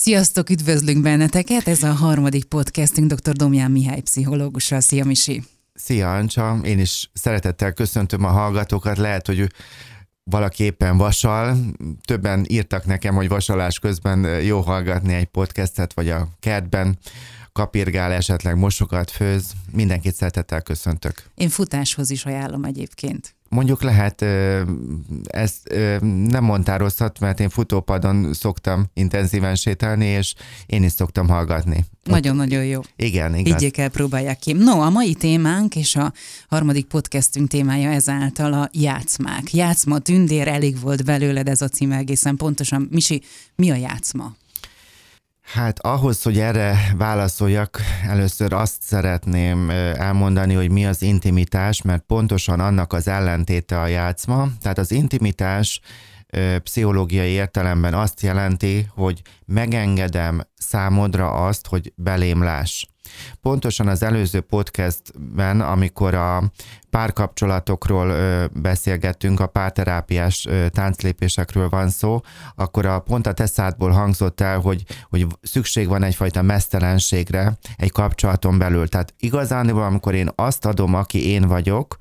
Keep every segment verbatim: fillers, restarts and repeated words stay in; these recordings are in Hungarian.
Sziasztok, üdvözlünk benneteket! Ez a harmadik podcastünk dr. Domján Mihály pszichológussal. Szia, Misi! Szia, Ancsa! Én is szeretettel köszöntöm a hallgatókat. Lehet, hogy valaki éppen vasal. Többen írtak nekem, hogy vasalás közben jó hallgatni egy podcastet, vagy a kertben kapirgál, esetleg mosogat, főz. Mindenkit szeretettel köszöntök. Én futáshoz is ajánlom egyébként. Mondjuk lehet, ezt nem mondtál rosszat, mert én futópadon szoktam intenzíven sétálni, és én is szoktam hallgatni. Nagyon-nagyon jó. Igen, igaz. Higgyék el, próbálják ki. No, a mai témánk és a harmadik podcastünk témája ezáltal a játszmák. Játszma, tündér, elég volt belőled, ez a cím egészen pontosan. Misi, mi a játszma? Hát ahhoz, hogy erre válaszoljak, először azt szeretném elmondani, hogy mi az intimitás, mert pontosan annak az ellentéte a játszma. Tehát az intimitás pszichológiai értelemben azt jelenti, hogy megengedem számodra azt, hogy belém láss. Pontosan az előző podcastben, amikor a párkapcsolatokról beszélgettünk, a párterápiás tánclépésekről van szó, akkor a, pont a te szádból hangzott el, hogy, hogy szükség van egyfajta meztelenségre egy kapcsolaton belül. Tehát igazán, amikor én azt adom, aki én vagyok,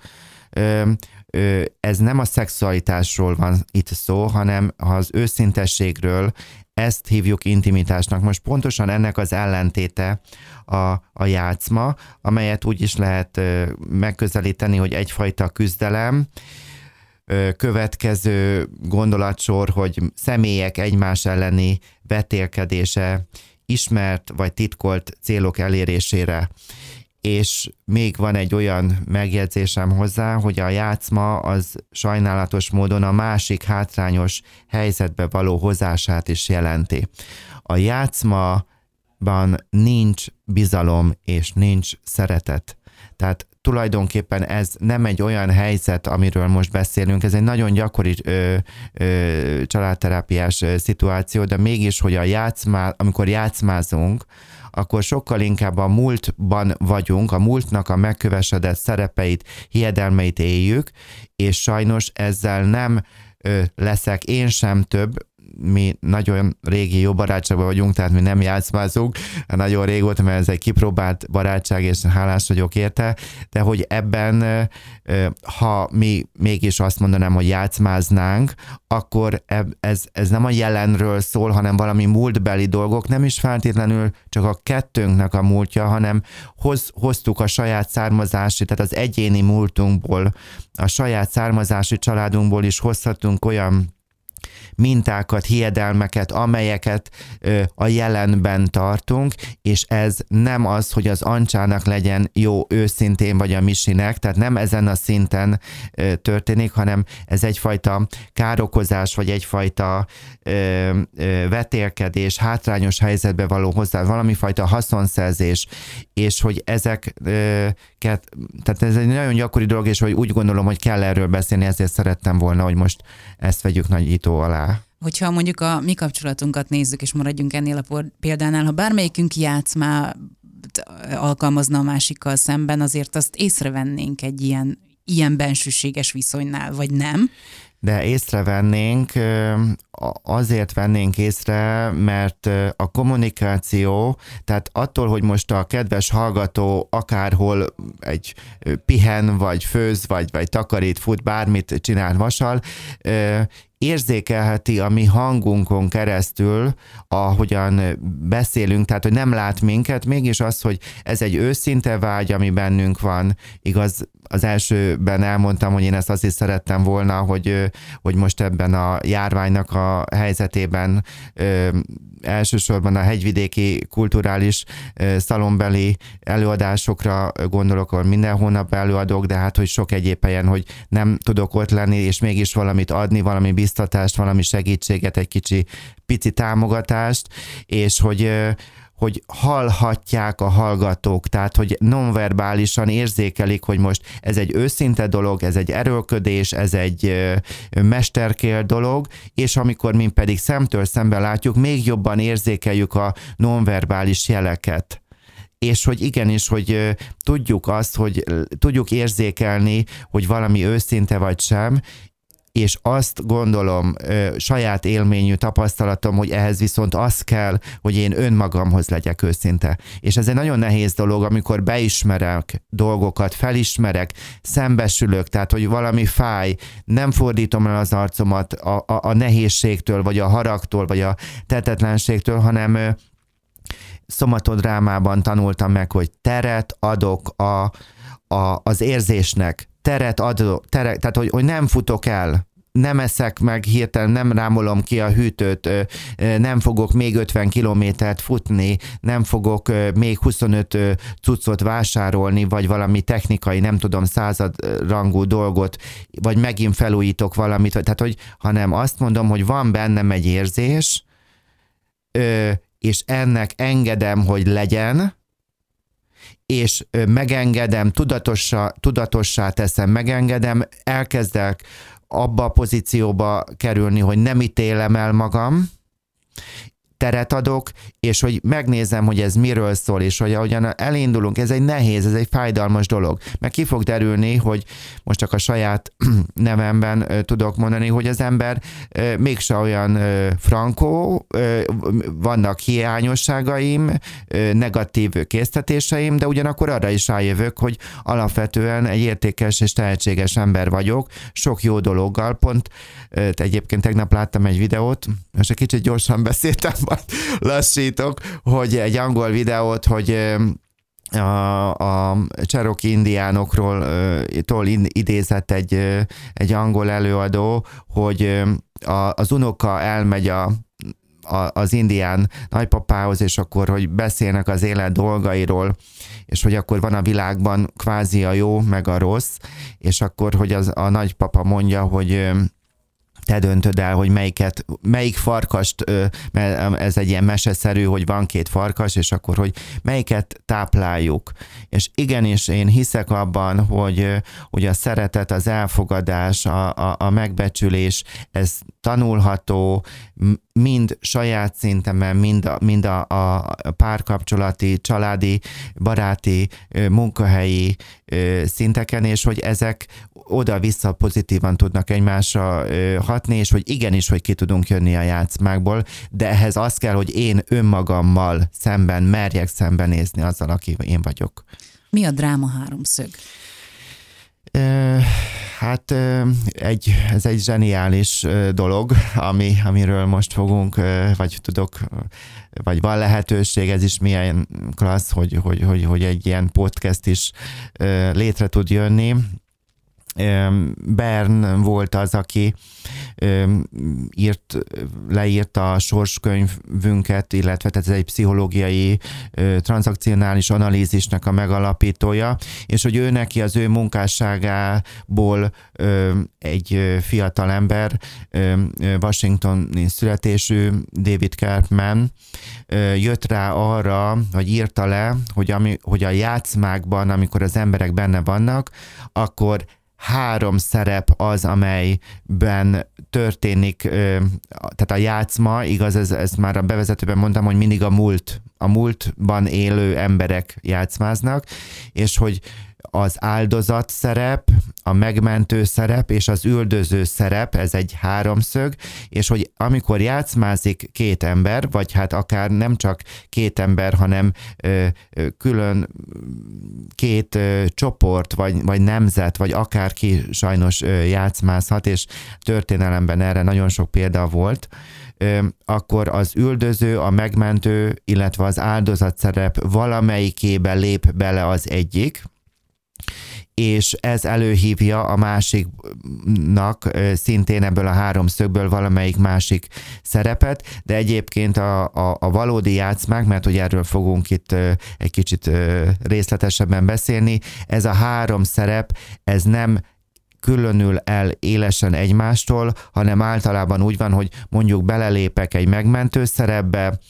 ez nem a szexualitásról van itt szó, hanem az őszintességről. Ezt hívjuk intimitásnak. Most pontosan ennek az ellentéte a, a játszma, amelyet úgy is lehet megközelíteni, hogy egyfajta küzdelem, következő gondolatsor, hogy személyek egymás elleni vetélkedése, ismert vagy titkolt célok elérésére. És még van egy olyan megjegyzésem hozzá, hogy a játszma az sajnálatos módon a másik hátrányos helyzetbe való hozását is jelenti. A játszmaban nincs bizalom és nincs szeretet. Tehát tulajdonképpen ez nem egy olyan helyzet, amiről most beszélünk, ez egy nagyon gyakori ö, ö, családterápiás szituáció, de mégis, hogy a játszmá, amikor játszmázunk, akkor sokkal inkább a múltban vagyunk, a múltnak a megkövesedett szerepeit, hiedelmeit éljük, és sajnos ezzel nem ö, leszek én sem több, mi nagyon régi jó barátságban vagyunk, tehát mi nem játszmázunk, nagyon régóta, mert ez egy kipróbált barátság, és hálás vagyok érte, de hogy ebben, ha mi mégis azt mondanám, hogy játszmáznánk, akkor ez, ez nem a jelenről szól, hanem valami múltbeli dolgok, nem is feltétlenül csak a kettőnknek a múltja, hanem hoz, hoztuk a saját származási, tehát az egyéni múltunkból, a saját származási családunkból is hozhatunk olyan mintákat, hiedelmeket, amelyeket ö, a jelenben tartunk, és ez nem az, hogy az Ancsának legyen jó őszintén, vagy a Misinek, tehát nem ezen a szinten ö, történik, hanem ez egyfajta károkozás, vagy egyfajta ö, ö, vetélkedés, hátrányos helyzetbe való hozzá, valamifajta haszonszerzés, és hogy ezek, ö, ket, tehát ez egy nagyon gyakori dolog, és hogy úgy gondolom, hogy kell erről beszélni, ezért szerettem volna, hogy most ezt vegyük nagyító alá. Hogyha mondjuk a mi kapcsolatunkat nézzük, és maradjunk ennél a példánál, ha bármelyikünk játszmát alkalmazna a másikkal szemben, azért azt észrevennénk egy ilyen, ilyen bensőséges viszonynál, vagy nem? De észrevennénk, azért vennénk észre, mert a kommunikáció, tehát attól, hogy most a kedves hallgató akárhol egy pihen, vagy főz, vagy, vagy takarít, fut, bármit csinál, vasal, érzékelheti a mi hangunkon keresztül, ahogyan beszélünk, tehát hogy nem lát minket, mégis az, hogy ez egy őszinte vágy, ami bennünk van, igaz, az elsőben elmondtam, hogy én ezt azt is szerettem volna, hogy, hogy most ebben a járványnak a helyzetében ö, elsősorban a hegyvidéki kulturális ö, szalonbeli előadásokra gondolok, ahol minden hónap előadok, de hát, hogy sok egyéb helyen, hogy nem tudok ott lenni, és mégis valamit adni, valami biztatást, valami segítséget, egy kicsi pici támogatást, és hogy ö, hogy hallhatják a hallgatók, tehát hogy nonverbálisan érzékelik, hogy most ez egy őszinte dolog, ez egy erőlködés, ez egy mesterkél dolog, és amikor mi pedig szemtől szemben látjuk, még jobban érzékeljük a nonverbális jeleket. És hogy igenis, hogy tudjuk azt, hogy tudjuk érzékelni, hogy valami őszinte vagy sem, és azt gondolom, saját élményű tapasztalatom, hogy ehhez viszont az kell, hogy én önmagamhoz legyek őszinte. És ez egy nagyon nehéz dolog, amikor beismerek dolgokat, felismerek, szembesülök, tehát hogy valami fáj, nem fordítom el az arcomat a, a, a nehézségtől, vagy a haragtól, vagy a tehetetlenségtől, hanem szomatodrámában tanultam meg, hogy teret adok a, a, az érzésnek, teret adok, teret, tehát hogy, hogy nem futok el, nem eszek meg hirtelen, nem rámolom ki a hűtőt, nem fogok még ötven kilométert futni, nem fogok még huszonöt cuccot vásárolni, vagy valami technikai, nem tudom, századrangú dolgot, vagy megint felújítok valamit, tehát hogy, hanem azt mondom, hogy van bennem egy érzés, és ennek engedem, hogy legyen, és megengedem, tudatossá, tudatossá teszem, megengedem, elkezdek abba a pozícióba kerülni, hogy nem ítélem el magam, teret adok, és hogy megnézem, hogy ez miről szól, és hogy ahogyan elindulunk, ez egy nehéz, ez egy fájdalmas dolog. Meg ki fog derülni, hogy most csak a saját nevemben tudok mondani, hogy az ember mégse olyan frankó, vannak hiányosságaim, negatív késztetéseim, de ugyanakkor arra is rájövök, hogy alapvetően egy értékes és tehetséges ember vagyok, sok jó dologgal, pont egyébként tegnap láttam egy videót, most egy kicsit gyorsan beszéltem, majd lassítok, hogy egy angol videót, hogy a, a Cherokee indiánokról tól idézett egy, egy angol előadó, hogy a, az unoka elmegy a az indián nagypapához, és akkor, hogy beszélnek az élet dolgairól, és hogy akkor van a világban kvázi a jó, meg a rossz, és akkor, hogy az, a nagypapa mondja, hogy te döntöd el, hogy melyiket, melyik farkast, mert ez egy ilyen meseszerű, hogy van két farkas, és akkor, hogy melyiket tápláljuk. És igenis én hiszek abban, hogy, hogy a szeretet, az elfogadás, a, a, a megbecsülés, ez tanulható, mind saját szintemen, mind a, mind a, a párkapcsolati, családi, baráti, munkahelyi szinteken, és hogy ezek oda-vissza pozitívan tudnak egymásra hatni, és hogy igenis, hogy ki tudunk jönni a játszmákból, de ehhez az kell, hogy én önmagammal szemben merjek szembenézni azzal, aki én vagyok. Mi a dráma háromszög? Hát egy, ez egy zseniális dolog, ami, amiről most fogunk, vagy tudok, vagy van lehetőség, ez is milyen klassz, hogy, hogy, hogy, hogy egy ilyen podcast is létre tud jönni. Bern volt az, aki írt, leírta a sorskönyvünket, illetve tehát ez egy pszichológiai transzakcionális analízisnek a megalapítója, és hogy ő neki az ő munkásságából egy fiatal ember, washingtoni születésű David Karpman jött rá arra, vagy írta le, hogy, ami, hogy a játszmákban, amikor az emberek benne vannak, akkor három szerep az, amelyben történik, tehát a játszma, igaz, ez, ezt már a bevezetőben mondtam, hogy mindig a múlt, a múltban élő emberek játszmáznak, és hogy az áldozat szerep, a megmentő szerep és az üldöző szerep, ez egy háromszög, és hogy amikor játszmázik két ember, vagy hát akár nem csak két ember, hanem ö, ö, külön két ö, csoport, vagy, vagy nemzet, vagy akárki sajnos ö, játszmázhat, és történelemben erre nagyon sok példa volt, ö, akkor az üldöző, a megmentő, illetve az áldozat szerep valamelyikébe lép bele az egyik, és ez előhívja a másiknak szintén ebből a háromszögből valamelyik másik szerepet, de egyébként a, a, a valódi játszmák, mert hogy erről fogunk itt egy kicsit részletesebben beszélni, ez a három szerep, ez nem különül el élesen egymástól, hanem általában úgy van, hogy mondjuk belelépek egy megmentő szerepbe,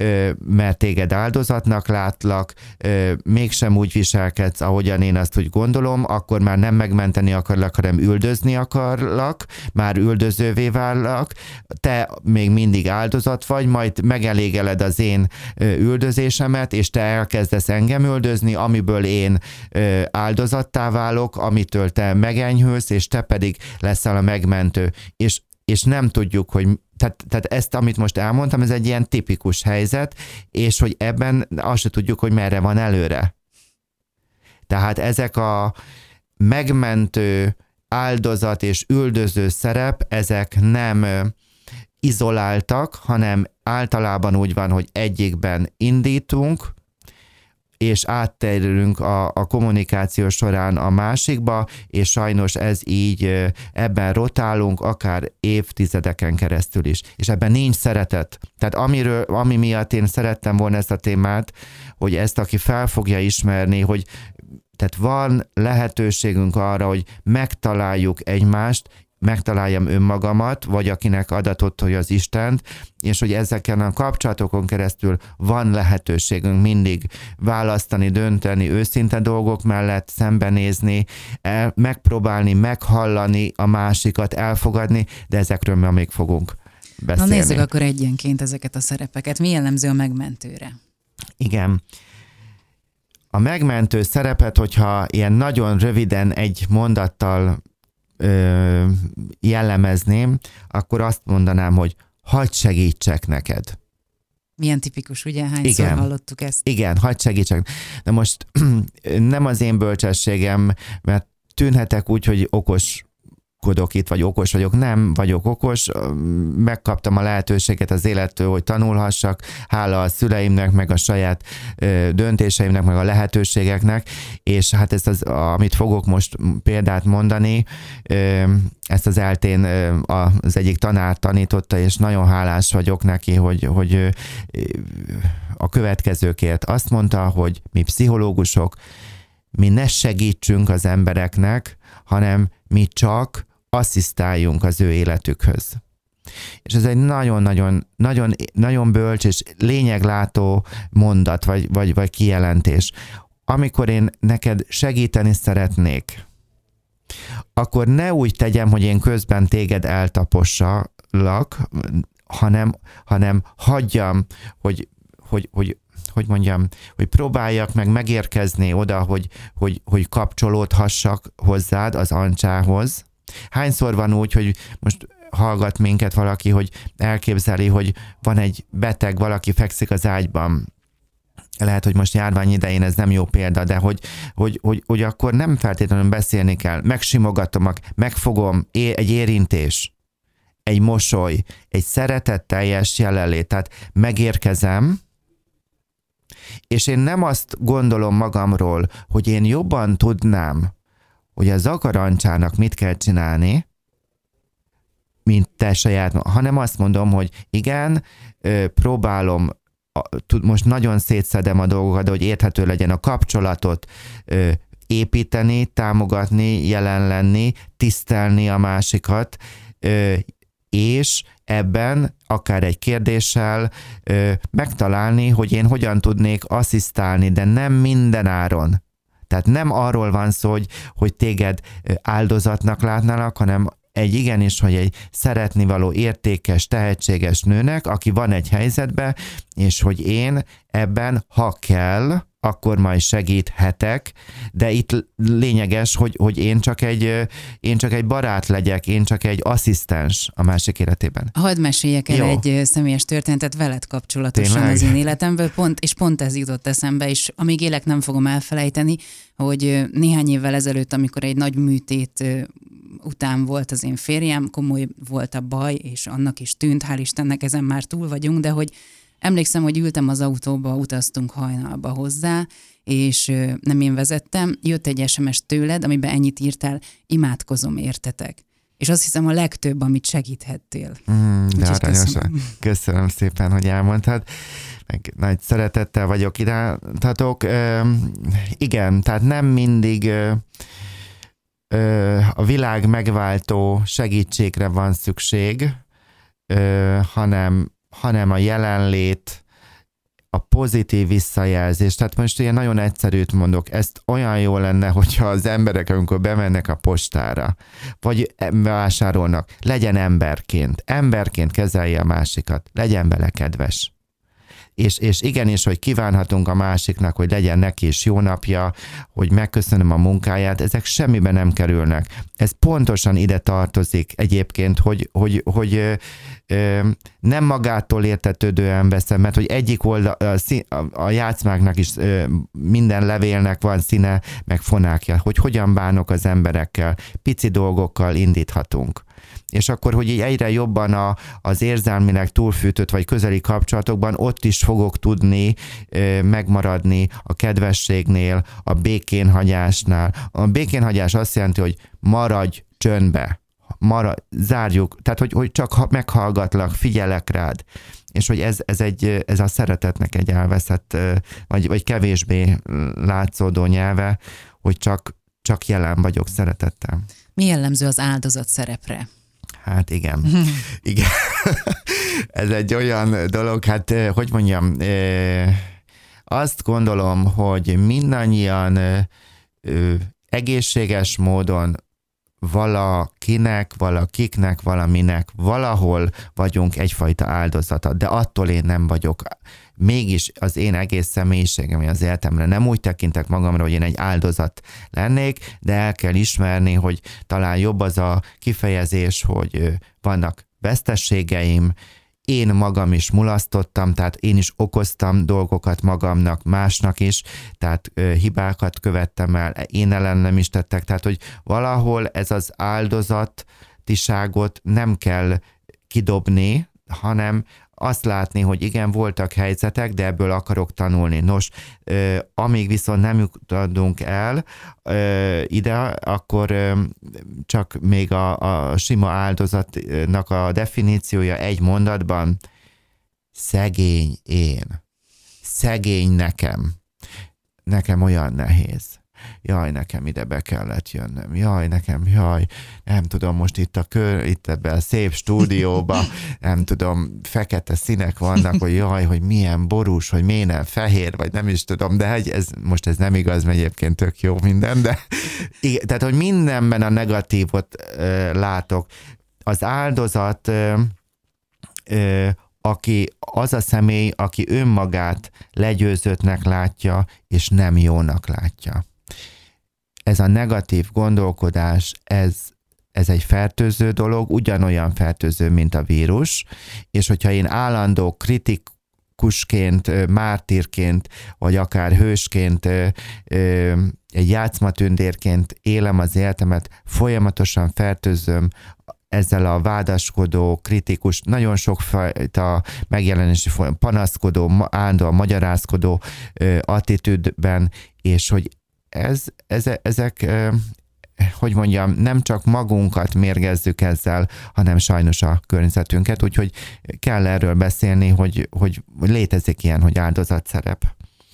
mert téged áldozatnak látlak, mégsem úgy viselkedsz, ahogyan én azt úgy gondolom, akkor már nem megmenteni akarlak, hanem üldözni akarlak, már üldözővé vállak, te még mindig áldozat vagy, majd megelégeled az én üldözésemet, és te elkezdesz engem üldözni, amiből én áldozattá válok, amitől te megenyhülsz, és te pedig leszel a megmentő. És, és nem tudjuk, hogy Tehát, tehát ezt, amit most elmondtam, ez egy ilyen tipikus helyzet, és hogy ebben azt se tudjuk, hogy merre van előre. Tehát ezek a megmentő, áldozat és üldöző szerep, ezek nem izoláltak, hanem általában úgy van, hogy egyikben indítunk, és áttérünk a, a kommunikáció során a másikba, és sajnos ez így, ebben rotálunk akár évtizedeken keresztül is. És ebben nincs szeretet. Tehát amiről, ami miatt én szerettem volna ezt a témát, hogy ezt, aki fel fogja ismerni, hogy tehát van lehetőségünk arra, hogy megtaláljuk egymást, megtaláljam önmagamat, vagy akinek adatott, hogy az Istent, és hogy ezeken a kapcsolatokon keresztül van lehetőségünk mindig választani, dönteni, őszinte dolgok mellett szembenézni, el, megpróbálni, meghallani a másikat, elfogadni, de ezekről ma még fogunk beszélni. Na nézzük akkor egyenként ezeket a szerepeket. Mi jellemző a megmentőre? Igen. A megmentő szerepet, hogyha ilyen nagyon röviden egy mondattal ö, jellemezném, akkor azt mondanám, hogy hadd segítsek neked. Milyen tipikus, ugye? Hányszor igen, hallottuk ezt? Igen, hadd segítsek. De most nem az én bölcsességem, mert tűnhetek úgy, hogy okos kodok itt, vagy okos vagyok. Nem vagyok okos, megkaptam a lehetőséget az élettől, hogy tanulhassak, hála a szüleimnek, meg a saját döntéseimnek, meg a lehetőségeknek, és hát ezt az, amit fogok most példát mondani, ezt az eltén az egyik tanár tanította, és nagyon hálás vagyok neki, hogy, hogy a következőkért azt mondta, hogy mi pszichológusok, mi ne segítsünk az embereknek, hanem mi csak asszisztáljunk az ő életükhöz. És ez egy nagyon-nagyon nagyon, nagyon bölcs és lényeglátó mondat, vagy, vagy, vagy kijelentés. Amikor én neked segíteni szeretnék, akkor ne úgy tegyem, hogy én közben téged eltapossalak, hanem, hanem hagyjam, hogy, hogy, hogy hogy mondjam, hogy próbáljak meg megérkezni oda, hogy, hogy, hogy kapcsolódhassak hozzád, az ancsához. Hányszor van úgy, hogy most hallgat minket valaki, hogy elképzeli, hogy van egy beteg, valaki fekszik az ágyban. Lehet, hogy most járvány idején ez nem jó példa, de hogy, hogy, hogy, hogy akkor nem feltétlenül beszélni kell. Megsimogatom, megfogom, egy érintés, egy mosoly, egy szeretetteljes jelenlét. Tehát megérkezem, és én nem azt gondolom magamról, hogy én jobban tudnám, hogy a zakarancsának mit kell csinálni, mint te saját, hanem azt mondom, hogy igen, próbálom, most nagyon szétszedem a dolgokat, de hogy érthető legyen a kapcsolatot, építeni, támogatni, jelen lenni, tisztelni a másikat, és ebben akár egy kérdéssel ö, megtalálni, hogy én hogyan tudnék asszisztálni, de nem minden áron. Tehát nem arról van szó, hogy, hogy téged áldozatnak látnának, hanem egy igenis, hogy egy szeretnivaló, értékes, tehetséges nőnek, aki van egy helyzetben, és hogy én ebben, ha kell, akkor majd segíthetek, de itt lényeges, hogy, hogy én, csak egy, én csak egy barát legyek, én csak egy asszisztens a másik életében. Hadd meséljek el Jó. egy személyes történetet veled kapcsolatosan Tényleg? Az én életemből, pont, és pont ez jutott eszembe, és amíg élek, nem fogom elfelejteni, hogy néhány évvel ezelőtt, amikor egy nagy műtét után volt az én férjem, komoly volt a baj, és annak is tűnt, hál' Istennek ezen már túl vagyunk, de hogy emlékszem, hogy ültem az autóba, utaztunk hajnalba hozzá, és nem én vezettem, jött egy es em es tőled, amiben ennyit írtál, imádkozom, értetek. És azt hiszem a legtöbb, amit segíthettél. Mm, de aranyosan. Köszönöm szépen, hogy elmondtad. Meg nagy szeretettel vagyok irántatok. Igen, tehát nem mindig a világ megváltó segítségre van szükség, hanem hanem a jelenlét, a pozitív visszajelzés. Tehát most ilyen nagyon egyszerűt mondok, ezt olyan jó lenne, hogyha az emberek, amikor bemennek a postára, vagy vásárolnak, legyen emberként. Emberként kezelje a másikat, legyen vele kedves. És, és igenis, hogy kívánhatunk a másiknak, hogy legyen neki is jó napja, hogy megköszönöm a munkáját, ezek semmibe nem kerülnek. Ez pontosan ide tartozik egyébként, hogy, hogy, hogy ö, ö, nem magától értetődően veszem, mert hogy egyik oldal, a, a játszmáknak is ö, minden levélnek van színe, meg fonákja, hogy hogyan bánok az emberekkel, pici dolgokkal indíthatunk. És akkor, hogy így egyre jobban a, az érzelmileg túlfűtött vagy közeli kapcsolatokban ott is fogok tudni ö, megmaradni a kedvességnél, a békénhagyásnál. A békénhagyás azt jelenti, hogy maradj csöndbe, maradj, zárjuk, tehát hogy, hogy csak meghallgatlak, figyelek rád. És hogy ez, ez, egy, ez a szeretetnek egy elveszett, vagy, vagy kevésbé látszódó nyelve, hogy csak, csak jelen vagyok szeretettel. Mi jellemző az áldozat szerepre? Hát igen, igen. Ez egy olyan dolog, hát hogy mondjam, azt gondolom, hogy mindannyian egészséges módon valakinek, valakiknek, valaminek, valahol vagyunk egyfajta áldozata, de attól én nem vagyok. Mégis az én egész személyiségem, az életemre nem úgy tekintek magamra, hogy én egy áldozat lennék, de el kell ismerni, hogy talán jobb az a kifejezés, hogy vannak vesztességeim, én magam is mulasztottam, tehát én is okoztam dolgokat magamnak, másnak is, tehát ö, hibákat követtem el, én ellenem is tettek, tehát hogy valahol ez az áldozatiságot nem kell kidobni, hanem azt látni, hogy igen, voltak helyzetek, de ebből akarok tanulni. Nos, ö, amíg viszont nem jutottunk el ö, ide, akkor ö, csak még a, a sima áldozatnak a definíciója egy mondatban, szegény én, szegény nekem, nekem olyan nehéz. Jaj, nekem ide be kellett jönnöm. Jaj, nekem, jaj, nem tudom, most itt a kör, itt ebben a szép stúdióba, nem tudom, fekete színek vannak, hogy jaj, hogy milyen borús, hogy miért nem fehér, vagy nem is tudom, de egy, ez, most ez nem igaz, mert egyébként tök jó minden, de igen, tehát, hogy mindenben a negatívot ö, látok. Az áldozat ö, ö, aki az a személy, aki önmagát legyőzöttnek látja, és nem jónak látja. Ez a negatív gondolkodás, ez, ez egy fertőző dolog, ugyanolyan fertőző, mint a vírus, és hogyha én állandó kritikusként, mártírként, vagy akár hősként, egy játszmatündérként élem az életemet, folyamatosan fertőzöm ezzel a vádaskodó, kritikus, nagyon sokfajta megjelenési folyam, panaszkodó, állandóan magyarázkodó ö, attitűdben, és hogy ez, ez, ezek, ö, hogy mondjam, nem csak magunkat mérgezzük ezzel, hanem sajnos a környezetünket, úgyhogy kell erről beszélni, hogy, hogy létezik ilyen, hogy áldozatszerep.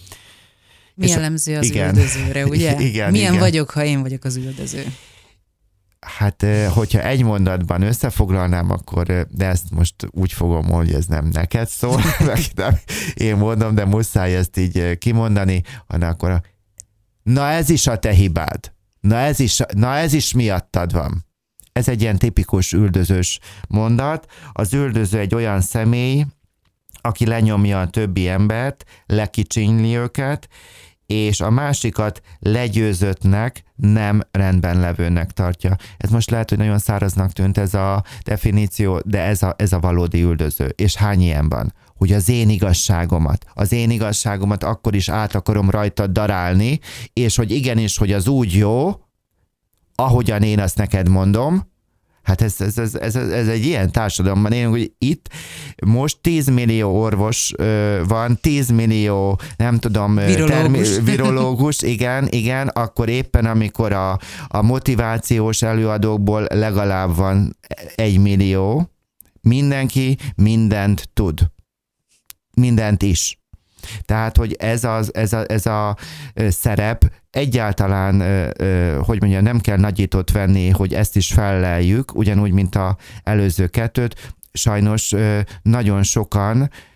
Mi jellemző az igen, üldözőre, ugye? Igen, Milyen igen. vagyok, ha én vagyok az üldöző? Hát, hogyha egy mondatban összefoglalnám, akkor, de ezt most úgy fogom, hogy ez nem neked szól, nem én mondom, de muszáj ezt így kimondani, hanem akkor na ez is a te hibád, na ez is, na ez is miattad van. Ez egy ilyen tipikus üldözős mondat. Az üldöző egy olyan személy, aki lenyomja a többi embert, lekicsinyli őket, és a másikat legyőzöttnek, nem rendben levőnek tartja. Ez most lehet, hogy nagyon száraznak tűnt ez a definíció, de ez a, ez a valódi üldöző. És hány ilyen van? Hogy az én igazságomat, az én igazságomat akkor is át akarom rajta darálni, és hogy igenis, hogy az úgy jó, ahogyan én azt neked mondom. Hát ez, ez, ez, ez, ez egy ilyen társadalomban élünk, hogy itt most tíz millió orvos ö, van, tíz millió, nem tudom, virológus, termi- virológus igen, igen, akkor éppen amikor a, a motivációs előadókból legalább van egy millió, mindenki mindent tud. Mindent is. Tehát, hogy ez, az, ez, a, ez a szerep egyáltalán, hogy mondjam, nem kell nagyítót venni, hogy ezt is felleljük, ugyanúgy, mint az előző kettőt. Sajnos nagyon sokan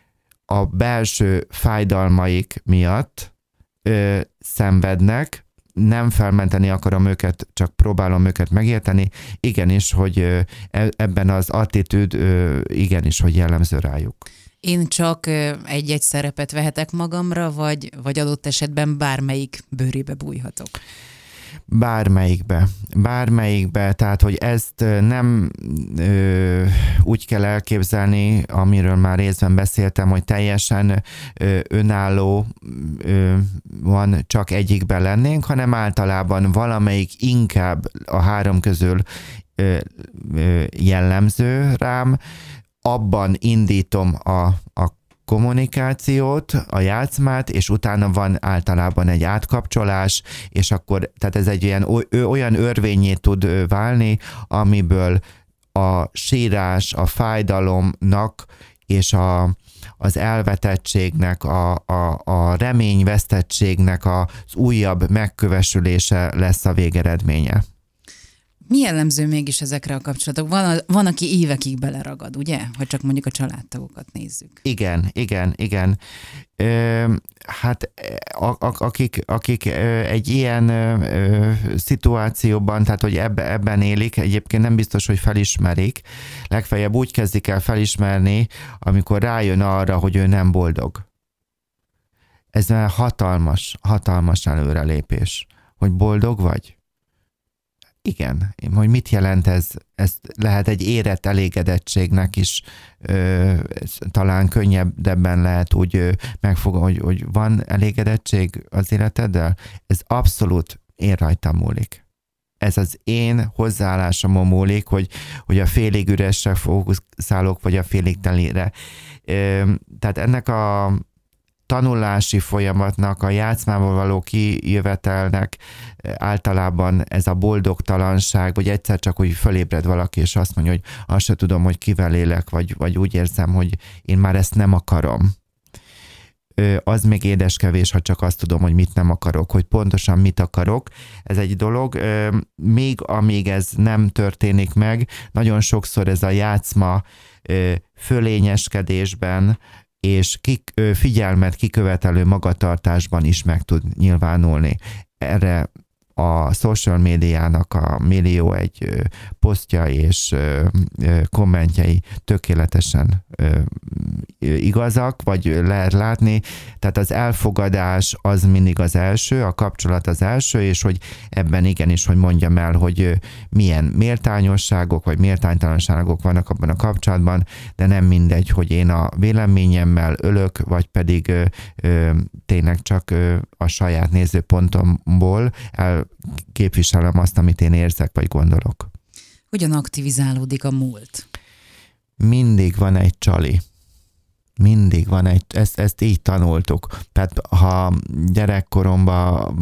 a belső fájdalmaik miatt ö, szenvednek, nem felmenteni akarom őket, csak próbálom őket megérteni. Igenis, hogy ebben az attitűd igenis, hogy jellemző rájuk. Én csak egy-egy szerepet vehetek magamra, vagy, vagy adott esetben bármelyik bőrébe bújhatok? Bármelyikbe. Bármelyikbe, tehát, hogy ezt nem ö, úgy kell elképzelni, amiről már részben beszéltem, hogy teljesen ö, önálló ö, van, csak egyikben lennénk, hanem általában valamelyik inkább a három közül ö, ö, jellemző rám, abban indítom a, a kommunikációt, a játszmát, és utána van általában egy átkapcsolás, és akkor, tehát ez egy ilyen, olyan örvényé tud válni, amiből a sírás, a fájdalomnak és a, az elvetettségnek, a, a, a reményvesztettségnek az újabb megkövesülése lesz a végeredménye. Mi jellemző mégis ezekre a kapcsolatok? Van, van, aki évekig beleragad, ugye? Ha csak mondjuk a családtagokat nézzük. Igen, igen, igen. Ö, hát a, a, akik, akik egy ilyen ö, szituációban, tehát hogy ebbe, ebben élik, egyébként nem biztos, hogy felismerik. Legfeljebb úgy kezdik el felismerni, amikor rájön arra, hogy ő nem boldog. Ez már hatalmas, hatalmas előrelépés. Hogy boldog vagy? Igen, hogy mit jelent ez? Ez lehet egy érett elégedettségnek is ö, talán könnyebben lehet úgy ö, megfogalmazni, hogy, hogy van elégedettség az életeddel. Ez abszolút én rajtam múlik. Ez az én hozzáállásomon múlik, hogy, hogy a félig üresre fókuszálok, vagy a félig telére. Ö, tehát ennek a tanulási folyamatnak, a játszmából való kijövetelnek általában ez a boldogtalanság, vagy egyszer csak úgy fölébred valaki, és azt mondja, hogy azt se tudom, hogy kivel élek, vagy, vagy úgy érzem, hogy én már ezt nem akarom. Az még édeskevés, ha csak azt tudom, hogy mit nem akarok, hogy pontosan mit akarok. Ez egy dolog. Még amíg ez nem történik meg, nagyon sokszor ez a játszma fölényeskedésben, és kik, figyelmet kikövetelő magatartásban is meg tud nyilvánulni. Erre a social médiának a millió egy posztja és kommentjei tökéletesen igazak, vagy lehet látni. Tehát az elfogadás az mindig az első, a kapcsolat az első, és hogy ebben igenis, hogy mondjam el, hogy milyen méltányosságok, vagy méltánytalanságok vannak abban a kapcsolatban, de nem mindegy, hogy én a véleményemmel ölök, vagy pedig ö, ö, tényleg csak ö, a saját nézőpontomból elképviselem azt, amit én érzek, vagy gondolok. Hogyan aktivizálódik a múlt? Mindig van egy csali. Mindig van egy, ezt, ezt így tanultuk. Tehát ha gyerekkoromban,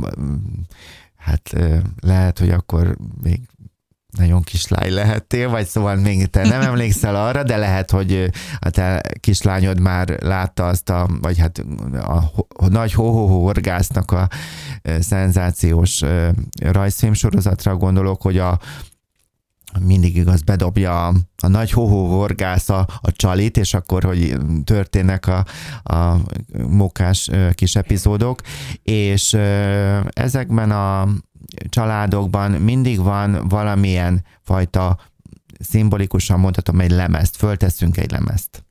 hát lehet, hogy akkor még nagyon kislány lehettél, vagy szóval még te nem emlékszel arra, de lehet, hogy a te kislányod már látta azt a, vagy hát a, a nagy ho-ho-ho orgásznak a szenzációs rajzfilmsorozatra gondolok, hogy a mindig igaz, bedobja a, a nagy ho-ho horgász a, a csalit, és akkor, hogy történnek a, a mókás kis epizódok, és ezekben a családokban mindig van valamilyen fajta, szimbolikusan mondhatom, egy lemezt, fölteszünk egy lemezt.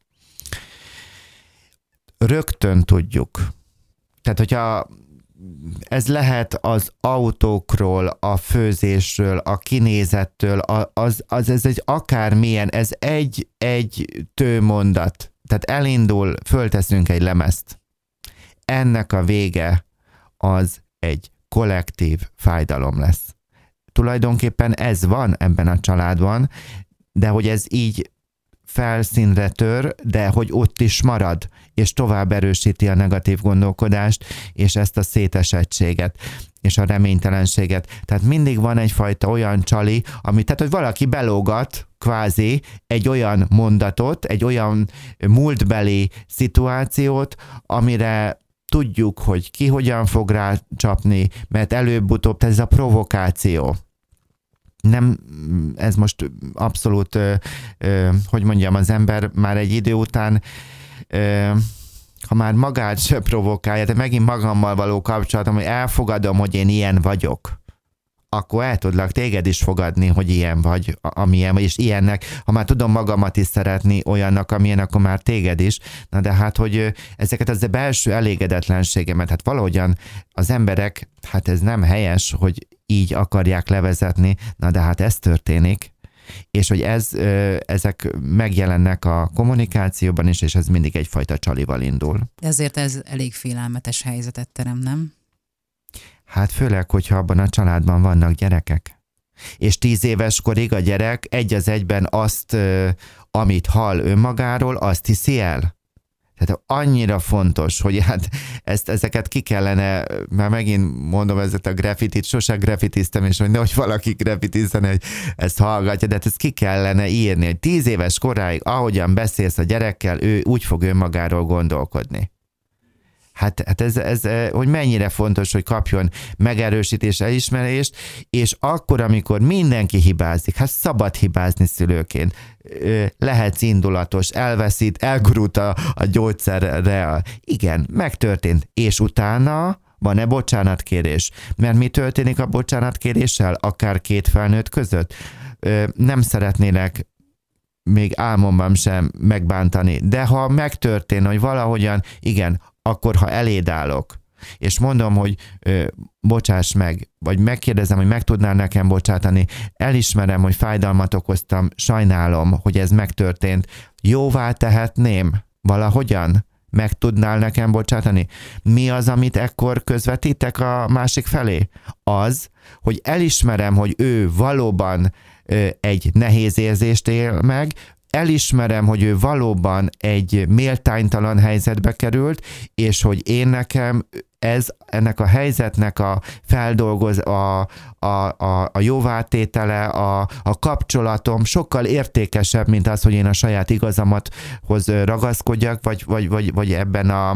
Rögtön tudjuk. Tehát, hogyha ez lehet az autókról, a főzésről, a kinézettől, az, az ez egy akármilyen, ez egy, egy tőmondat. Tehát elindul, fölteszünk egy lemezt. Ennek a vége az egy kollektív fájdalom lesz. Tulajdonképpen ez van ebben a családban, de hogy ez így felszínre tör, de hogy ott is marad, és tovább erősíti a negatív gondolkodást, és ezt a szétesettséget, és a reménytelenséget. Tehát mindig van egyfajta olyan csali, ami, tehát, hogy valaki belógat kvázi egy olyan mondatot, egy olyan múltbeli szituációt, amire tudjuk, hogy ki hogyan fog rá csapni, mert előbb-utóbb ez a provokáció. Nem, ez most abszolút, ö, ö, hogy mondjam, az ember már egy idő után ö, ha már magát se provokálja, de megint magammal való kapcsolatom, hogy elfogadom, hogy én ilyen vagyok, akkor el tudlak téged is fogadni, hogy ilyen vagy, amilyen vagy, és ilyennek, ha már tudom magamat is szeretni olyannak, amilyen, akkor már téged is. Na de hát, hogy ezeket az a belső elégedetlenségemet, hát valahogyan az emberek, hát ez nem helyes, hogy így akarják levezetni, na de hát ez történik, és hogy ez, ezek megjelennek a kommunikációban is, és ez mindig egyfajta csalival indul. De azért ez elég félelmetes helyzetet terem, nem? Hát főleg, hogyha abban a családban vannak gyerekek. És tíz éves korig a gyerek egy az egyben azt, amit hall önmagáról, azt hiszi el. Tehát annyira fontos, hogy hát ezt, ezeket ki kellene, már megint mondom ezt a graffitit, sose graffitiztem, és hogy nehogy valaki graffitizzen, hogy ezt hallgatja, de hát ezt ki kellene írni, hogy tíz éves koráig, ahogyan beszélsz a gyerekkel, ő úgy fog önmagáról gondolkodni. Hát, hát ez, ez, hogy mennyire fontos, hogy kapjon megerősítés, elismerést, és akkor, amikor mindenki hibázik, hát szabad hibázni szülőként, lehetsz indulatos, elveszít, elgurult a, a gyógyszerre, igen, megtörtént, és utána van-e bocsánatkérés? Mert mi történik a bocsánatkéréssel, akár két felnőtt között? Nem szeretnélek még álmomban sem megbántani, de ha megtörtén, hogy valahogyan, igen, akkor ha eléd állok, és mondom, hogy ö, bocsáss meg, vagy megkérdezem, hogy meg tudnál nekem bocsátani, elismerem, hogy fájdalmat okoztam, sajnálom, hogy ez megtörtént, jóvá tehetném valahogyan? Meg tudnál nekem bocsátani? Mi az, amit ekkor közvetítek a másik felé? Az, hogy elismerem, hogy ő valóban ö, egy nehéz érzést él meg, elismerem, hogy ő valóban egy méltánytalan helyzetbe került, és hogy én nekem ez, ennek a helyzetnek a feldolgoz, a, a, a, a jóvátétele, a, a kapcsolatom sokkal értékesebb, mint az, hogy én a saját igazamathoz ragaszkodjak, vagy, vagy, vagy, vagy ebben a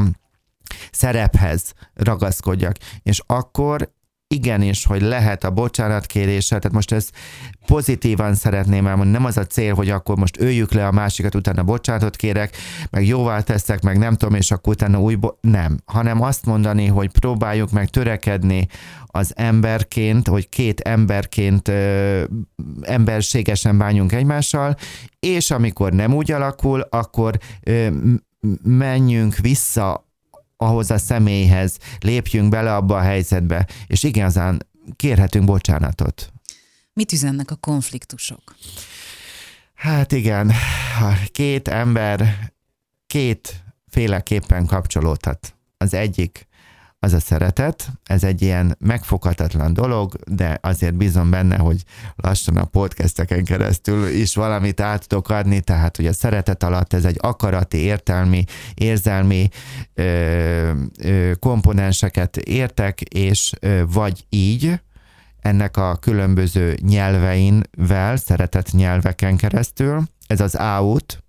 szerephez ragaszkodjak. És akkor igenis, hogy lehet a bocsánatkéréssel, tehát most ezt pozitívan szeretném elmondani, nem az a cél, hogy akkor most öljük le a másikat, utána bocsánatot kérek, meg jóvá teszek, meg nem tudom, és akkor utána új, bo- nem, hanem azt mondani, hogy próbáljuk meg törekedni az emberként, hogy két emberként ö, emberségesen bánjunk egymással, és amikor nem úgy alakul, akkor ö, menjünk vissza ahhoz a személyhez, lépjünk bele abba a helyzetbe, és igazán kérhetünk bocsánatot. Mit üzennek a konfliktusok? Hát igen, két ember kétféleképpen kapcsolódhat. Az egyik az a szeretet, ez egy ilyen megfoghatatlan dolog, de azért bízom benne, hogy lassan a podcasteken keresztül is valamit át tudok adni, tehát hogy a szeretet alatt ez egy akarati, értelmi, érzelmi ö, ö, komponenseket értek, és ö, vagy így, ennek a különböző nyelveinvel, szeretett nyelveken keresztül, ez az A út,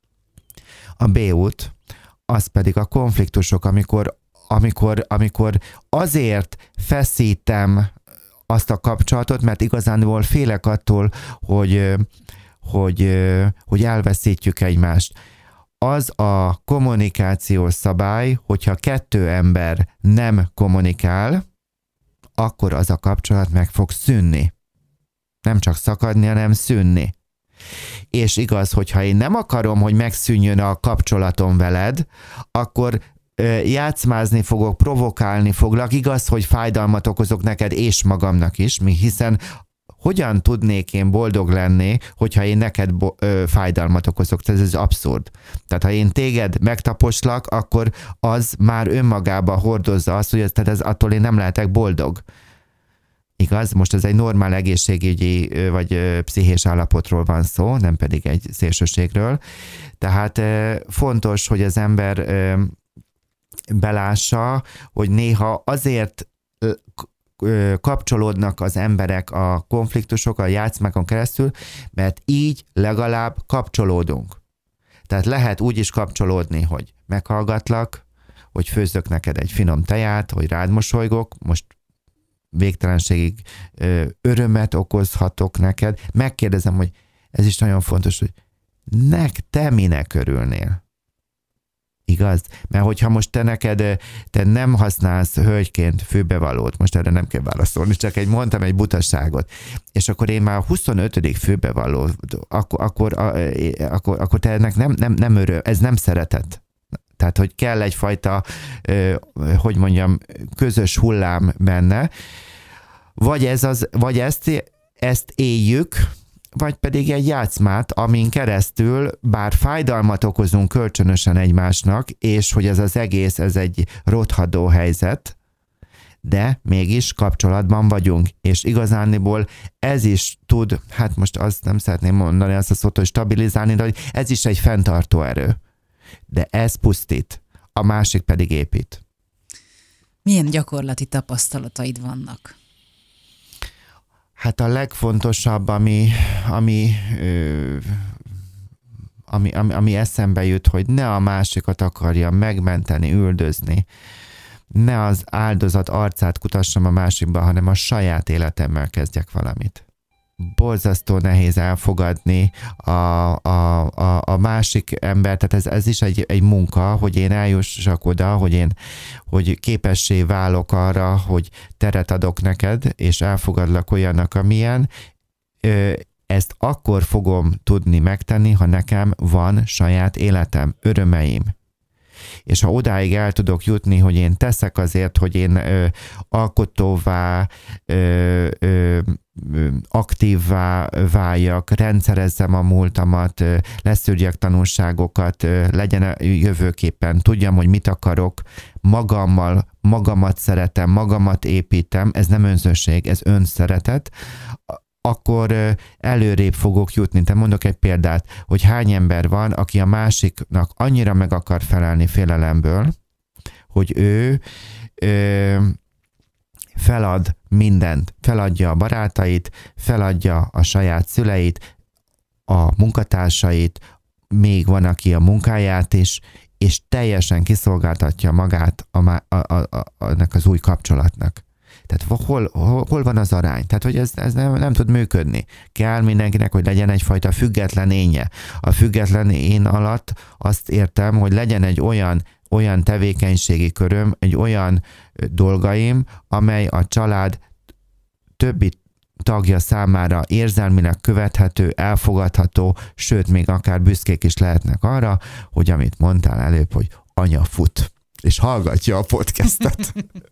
a B út, az pedig a konfliktusok, amikor Amikor, amikor azért feszítem azt a kapcsolatot, mert igazánból félek attól, hogy, hogy, hogy elveszítjük egymást. Az a kommunikációs szabály, hogyha kettő ember nem kommunikál, akkor az a kapcsolat meg fog szűnni. Nem csak szakadni, hanem szűnni. És igaz, hogyha én nem akarom, hogy megszűnjön a kapcsolatom veled, akkor játszmázni fogok, provokálni foglak, igaz, hogy fájdalmat okozok neked és magamnak is, hiszen hogyan tudnék én boldog lenni, hogyha én neked bo- ö, fájdalmat okozok? Ez, ez abszurd. Tehát ha én téged megtaposlak, akkor az már önmagába hordozza azt, hogy ez, tehát ez, attól én nem lehetek boldog. Igaz? Most ez egy normál egészségügyi vagy pszichés állapotról van szó, nem pedig egy szélsőségről. Tehát fontos, hogy az ember belássa, hogy néha azért kapcsolódnak az emberek a konfliktusok, a játszmákon keresztül, mert így legalább kapcsolódunk. Tehát lehet úgy is kapcsolódni, hogy meghallgatlak, hogy főzök neked egy finom teját, hogy rád mosolygok, most végtelenségig örömet okozhatok neked. Megkérdezem, hogy ez is nagyon fontos, hogy nek te minek örülnél? Igaz? Mert hogyha most te neked, te nem használsz hölgyként főbevalót, most erre nem kell válaszolni, csak egy mondtam egy butaságot, és akkor én már a huszonötödik főbevalló, akkor, akkor, akkor, akkor te ennek nem, nem, nem öröm, ez nem szeretet. Tehát, hogy kell egyfajta, hogy mondjam, közös hullám benne, vagy, ez az, vagy ezt, ezt éljük, vagy pedig egy játszmát, amin keresztül bár fájdalmat okozunk kölcsönösen egymásnak, és hogy ez az egész, ez egy rothadó helyzet, de mégis kapcsolatban vagyunk, és igazániból ez is tud, hát most azt nem szeretném mondani, azt a szót, hogy stabilizálni, de hogy ez is egy fenntartó erő. De ez pusztít, a másik pedig épít. Milyen gyakorlati tapasztalataid vannak? Hát a legfontosabb, ami, ami, ami, ami, ami eszembe jut, hogy ne a másikat akarja megmenteni, üldözni, ne az áldozat arcát kutassam a másikba, hanem a saját életemmel kezdjek valamit. Borzasztó nehéz elfogadni a, a, a, a másik ember, tehát ez, ez is egy, egy munka, hogy én eljussak oda, hogy én hogy képessé válok arra, hogy teret adok neked, és elfogadlak olyannak, amilyen. Ezt akkor fogom tudni megtenni, ha nekem van saját életem, örömeim. És ha odáig el tudok jutni, hogy én teszek azért, hogy én ö, alkotóvá, ö, ö, aktívvá váljak, rendszerezzem a múltamat, leszűrjek tanulságokat, legyen jövőképpen, tudjam, hogy mit akarok, magammal, magamat szeretem, magamat építem, ez nem önzőség, ez önszeretet, akkor előrébb fogok jutni. Te mondok egy példát, hogy hány ember van, aki a másiknak annyira meg akar felelni félelemből, hogy ő ö, felad mindent, feladja a barátait, feladja a saját szüleit, a munkatársait, még van, aki a munkáját is, és teljesen kiszolgáltatja magát a, a, a, a, ennek az új kapcsolatnak. Tehát hol, hol, hol van az arány? Tehát, hogy ez, ez nem, nem tud működni. Kell mindenkinek, hogy legyen egyfajta független énje. A független én alatt azt értem, hogy legyen egy olyan, olyan tevékenységi köröm, egy olyan dolgaim, amely a család többi tagja számára érzelmileg követhető, elfogadható, sőt, még akár büszkék is lehetnek arra, hogy amit mondtál előbb, hogy anya fut, és hallgatja a podcastet.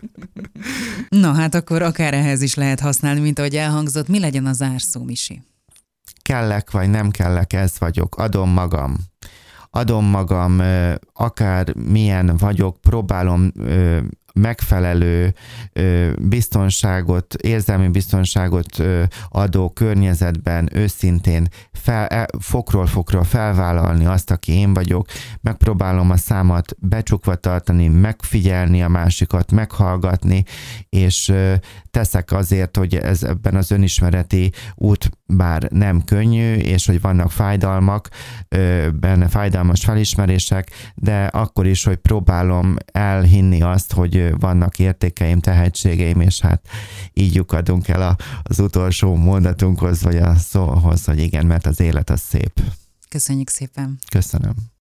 Na hát akkor akár ehhez is lehet használni, mint ahogy elhangzott. Mi legyen a zárszó, Misi? Kellek vagy nem kellek, ez vagyok. Adom magam. Adom magam, akár milyen vagyok, próbálom megfelelő biztonságot, érzelmi biztonságot adó környezetben őszintén fel, fokról fokról felvállalni azt, aki én vagyok, megpróbálom a számat becsukva tartani, megfigyelni a másikat, meghallgatni, és teszek azért, hogy ez ebben az önismereti út bár nem könnyű, és hogy vannak fájdalmak, benne fájdalmas felismerések, de akkor is, hogy próbálom elhinni azt, hogy vannak értékeim, tehetségeim, és hát így lyukadunk el a, az utolsó mondatunkhoz, vagy a szóhoz, hogy igen, mert az élet az szép. Köszönjük szépen. Köszönöm.